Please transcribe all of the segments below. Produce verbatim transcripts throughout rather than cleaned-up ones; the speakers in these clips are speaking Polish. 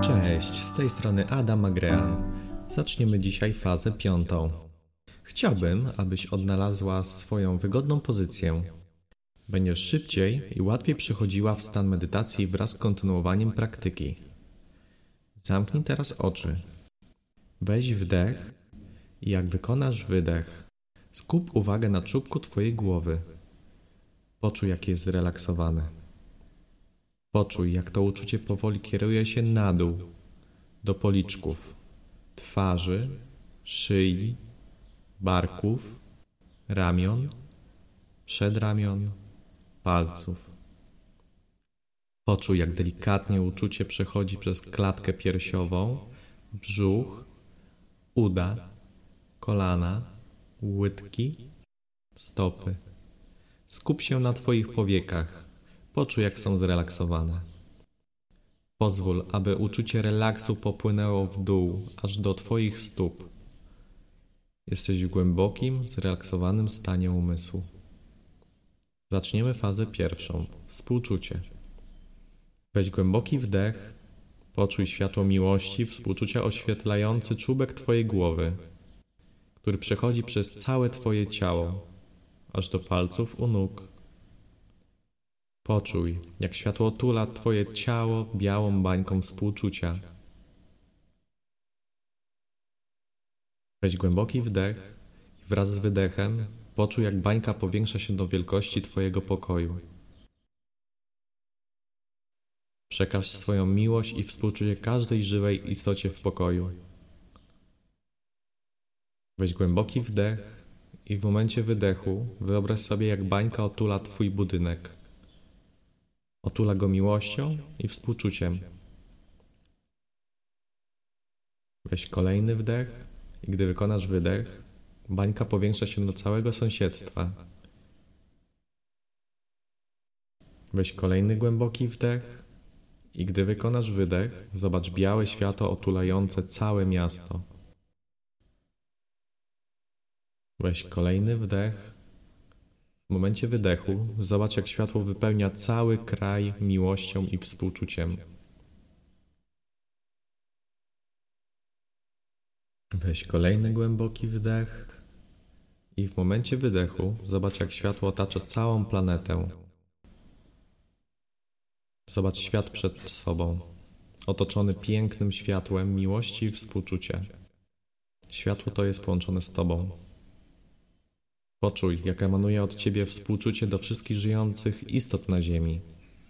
Cześć, z tej strony Adam Agrean. Zaczniemy dzisiaj fazę piątą. Chciałbym, abyś odnalazła swoją wygodną pozycję. Będziesz szybciej i łatwiej przechodziła w stan medytacji wraz z kontynuowaniem praktyki. Zamknij teraz oczy. Weź wdech i jak wykonasz wydech, skup uwagę na czubku twojej głowy. Poczuj, jak jest zrelaksowany. Poczuj, jak to uczucie powoli kieruje się na dół, do policzków, twarzy, szyi, barków, ramion, przedramion, palców. Poczuj, jak delikatnie uczucie przechodzi przez klatkę piersiową, brzuch, uda, kolana, łydki, stopy. Skup się na twoich powiekach. Poczuj, jak są zrelaksowane. Pozwól, aby uczucie relaksu popłynęło w dół, aż do twoich stóp. Jesteś w głębokim, zrelaksowanym stanie umysłu. Zaczniemy fazę pierwszą. Współczucie. Weź głęboki wdech. Poczuj światło miłości, współczucia oświetlający czubek twojej głowy, który przechodzi przez całe twoje ciało, aż do palców u nóg. Poczuj, jak światło otula twoje ciało białą bańką współczucia. Weź głęboki wdech i wraz z wydechem poczuj, jak bańka powiększa się do wielkości twojego pokoju. Przekaż swoją miłość i współczucie każdej żywej istocie w pokoju. Weź głęboki wdech i w momencie wydechu wyobraź sobie, jak bańka otula twój budynek. Otula go miłością i współczuciem. Weź kolejny wdech i gdy wykonasz wydech, bańka powiększa się do całego sąsiedztwa. Weź kolejny głęboki wdech i gdy wykonasz wydech, zobacz białe światło otulające całe miasto. Weź kolejny wdech. W momencie wydechu zobacz, jak światło wypełnia cały kraj miłością i współczuciem. Weź kolejny głęboki wdech i w momencie wydechu zobacz, jak światło otacza całą planetę. Zobacz świat przed sobą, otoczony pięknym światłem miłości i współczucia. Światło to jest połączone z tobą. Poczuj, jak emanuje od ciebie współczucie do wszystkich żyjących istot na ziemi.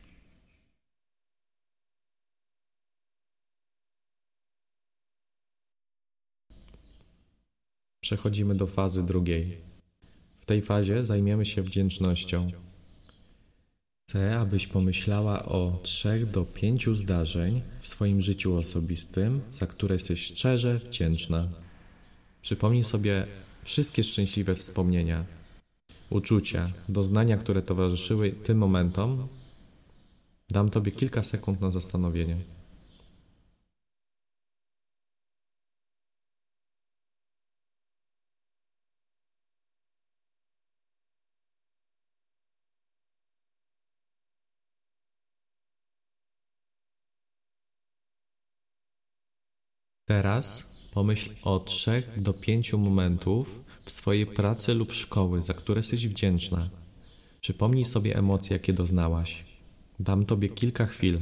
Przechodzimy do fazy drugiej. W tej fazie zajmiemy się wdzięcznością. Chcę, abyś pomyślała o trzech do pięciu zdarzeń w swoim życiu osobistym, za które jesteś szczerze wdzięczna. Przypomnij sobie wszystkie szczęśliwe wspomnienia, uczucia, doznania, które towarzyszyły tym momentom. Dam tobie kilka sekund na zastanowienie. Teraz pomyśl o trzech do pięciu momentów w swojej pracy lub szkoły, za które jesteś wdzięczna. Przypomnij sobie emocje, jakie doznałaś. Dam tobie kilka chwil.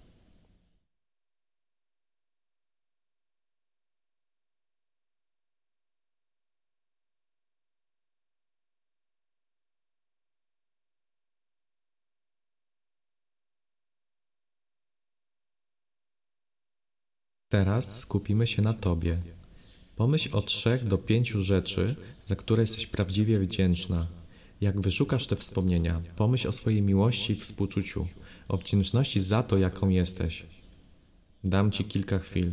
Teraz skupimy się na tobie. Pomyśl o trzech do pięciu rzeczy, za które jesteś prawdziwie wdzięczna. Jak wyszukasz te wspomnienia, pomyśl o swojej miłości i współczuciu, o wdzięczności za to, jaką jesteś. Dam ci kilka chwil.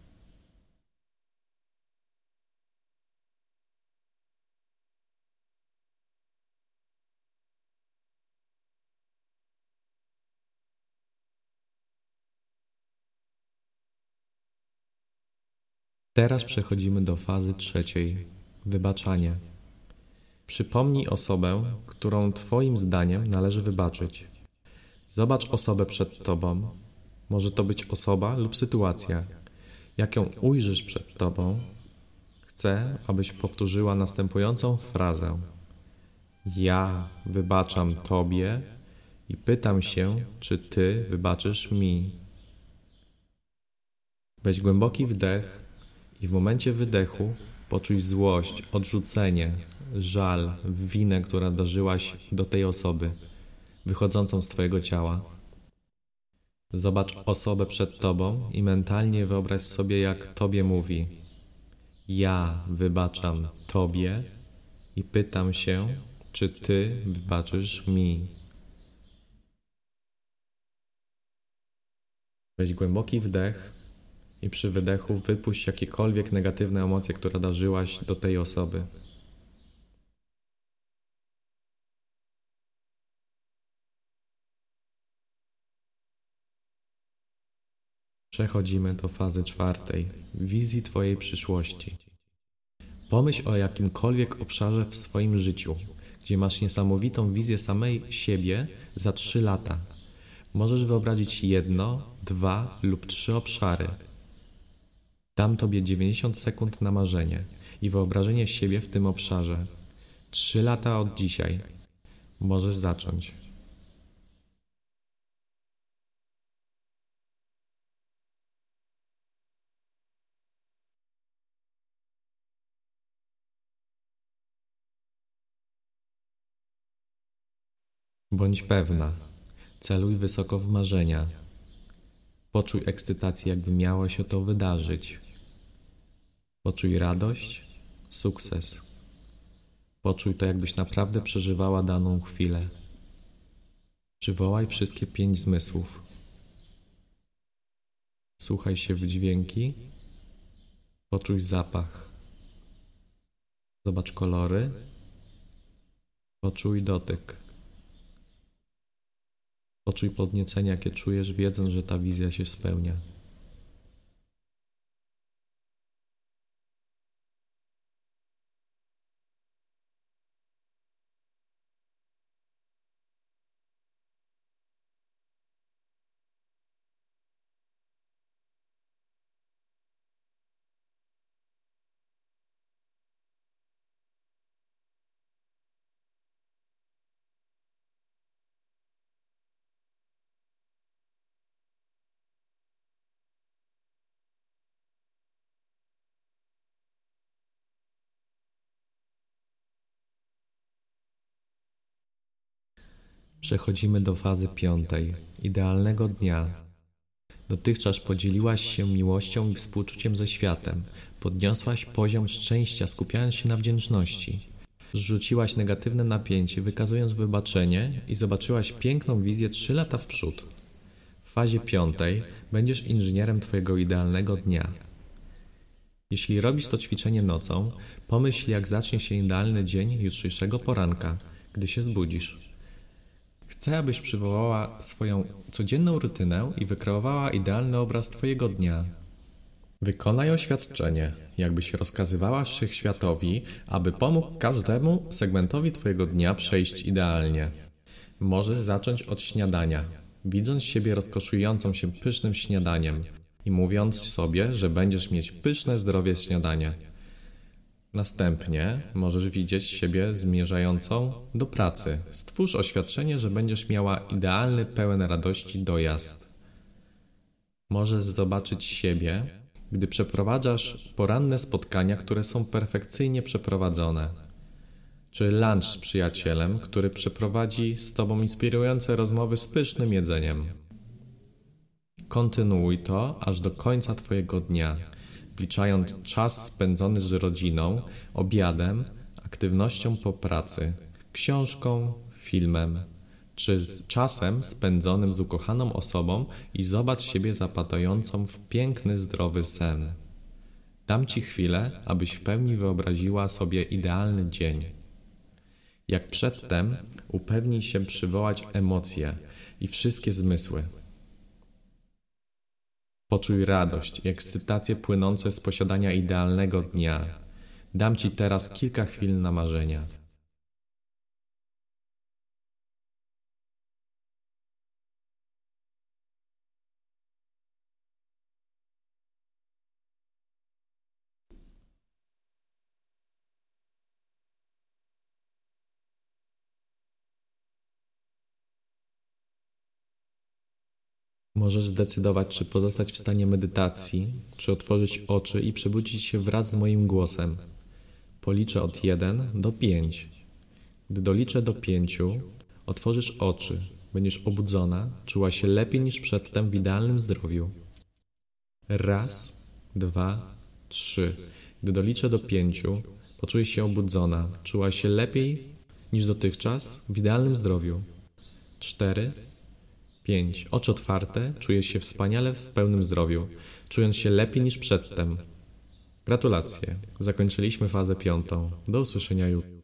Teraz przechodzimy do fazy trzeciej. Wybaczanie. Przypomnij osobę, którą twoim zdaniem należy wybaczyć. Zobacz osobę przed tobą. Może to być osoba lub sytuacja. Jak ją ujrzysz przed tobą, chcę, abyś powtórzyła następującą frazę. Ja wybaczam tobie i pytam się, czy ty wybaczysz mi. Weź głęboki wdech i w momencie wydechu poczuj złość, odrzucenie, żal, winę, która darzyłaś do tej osoby, wychodzącą z twojego ciała. Zobacz osobę przed tobą i mentalnie wyobraź sobie, jak tobie mówi. Ja wybaczam tobie i pytam się, czy ty wybaczysz mi. Weź głęboki wdech i przy wydechu wypuść jakiekolwiek negatywne emocje, które darzyłaś do tej osoby. Przechodzimy do fazy czwartej, wizji twojej przyszłości. Pomyśl o jakimkolwiek obszarze w swoim życiu, gdzie masz niesamowitą wizję samej siebie za trzy lata. Możesz wyobrazić jedno, dwa lub trzy obszary. Dam tobie dziewięćdziesiąt sekund na marzenie i wyobrażenie siebie w tym obszarze. Trzy lata od dzisiaj. Możesz zacząć. Bądź pewna. Celuj wysoko w marzenia. Poczuj ekscytację, jakby miało się to wydarzyć. Poczuj radość, sukces. Poczuj to, jakbyś naprawdę przeżywała daną chwilę. Przywołaj wszystkie pięć zmysłów. Słuchaj się w dźwięki. Poczuj zapach. Zobacz kolory. Poczuj dotyk. Poczuj podniecenie, jakie czujesz, wiedząc, że ta wizja się spełnia. Przechodzimy do fazy piątej, idealnego dnia. Dotychczas podzieliłaś się miłością i współczuciem ze światem. Podniosłaś poziom szczęścia, skupiając się na wdzięczności. Zrzuciłaś negatywne napięcie, wykazując wybaczenie i zobaczyłaś piękną wizję trzy lata w przód. W fazie piątej będziesz inżynierem twojego idealnego dnia. Jeśli robisz to ćwiczenie nocą, pomyśl, jak zacznie się idealny dzień jutrzejszego poranka, gdy się zbudzisz. Chcę, abyś przywołała swoją codzienną rutynę i wykreowała idealny obraz twojego dnia. Wykonaj oświadczenie, jakbyś rozkazywała wszechświatowi, aby pomógł każdemu segmentowi twojego dnia przejść idealnie. Możesz zacząć od śniadania, widząc siebie rozkoszującą się pysznym śniadaniem i mówiąc sobie, że będziesz mieć pyszne zdrowie śniadania. Następnie możesz widzieć siebie zmierzającą do pracy. Stwórz oświadczenie, że będziesz miała idealny, pełen radości dojazd. Możesz zobaczyć siebie, gdy przeprowadzasz poranne spotkania, które są perfekcyjnie przeprowadzone. Czy lunch z przyjacielem, który przeprowadzi z tobą inspirujące rozmowy z pysznym jedzeniem. Kontynuuj to aż do końca twojego dnia, wliczając czas spędzony z rodziną, obiadem, aktywnością po pracy, książką, filmem, czy z czasem spędzonym z ukochaną osobą i zobacz siebie zapadającą w piękny, zdrowy sen. Dam ci chwilę, abyś w pełni wyobraziła sobie idealny dzień. Jak przedtem, upewnij się przywołać emocje i wszystkie zmysły. Poczuj radość i ekscytację płynące z posiadania idealnego dnia. Dam ci teraz kilka chwil na marzenia. Możesz zdecydować, czy pozostać w stanie medytacji, czy otworzyć oczy i przebudzić się wraz z moim głosem. Policzę od jeden do pięć. Gdy doliczę do pięciu, otworzysz oczy. Będziesz obudzona, czuła się lepiej niż przedtem w idealnym zdrowiu. Raz, dwa, trzy. Gdy doliczę do pięciu, poczujesz się obudzona, czuła się lepiej niż dotychczas w idealnym zdrowiu. Cztery, pięć. Oczy otwarte, czujesz się wspaniale w pełnym zdrowiu, czując się lepiej niż przedtem. Gratulacje, zakończyliśmy fazę piątą. Do usłyszenia jutro.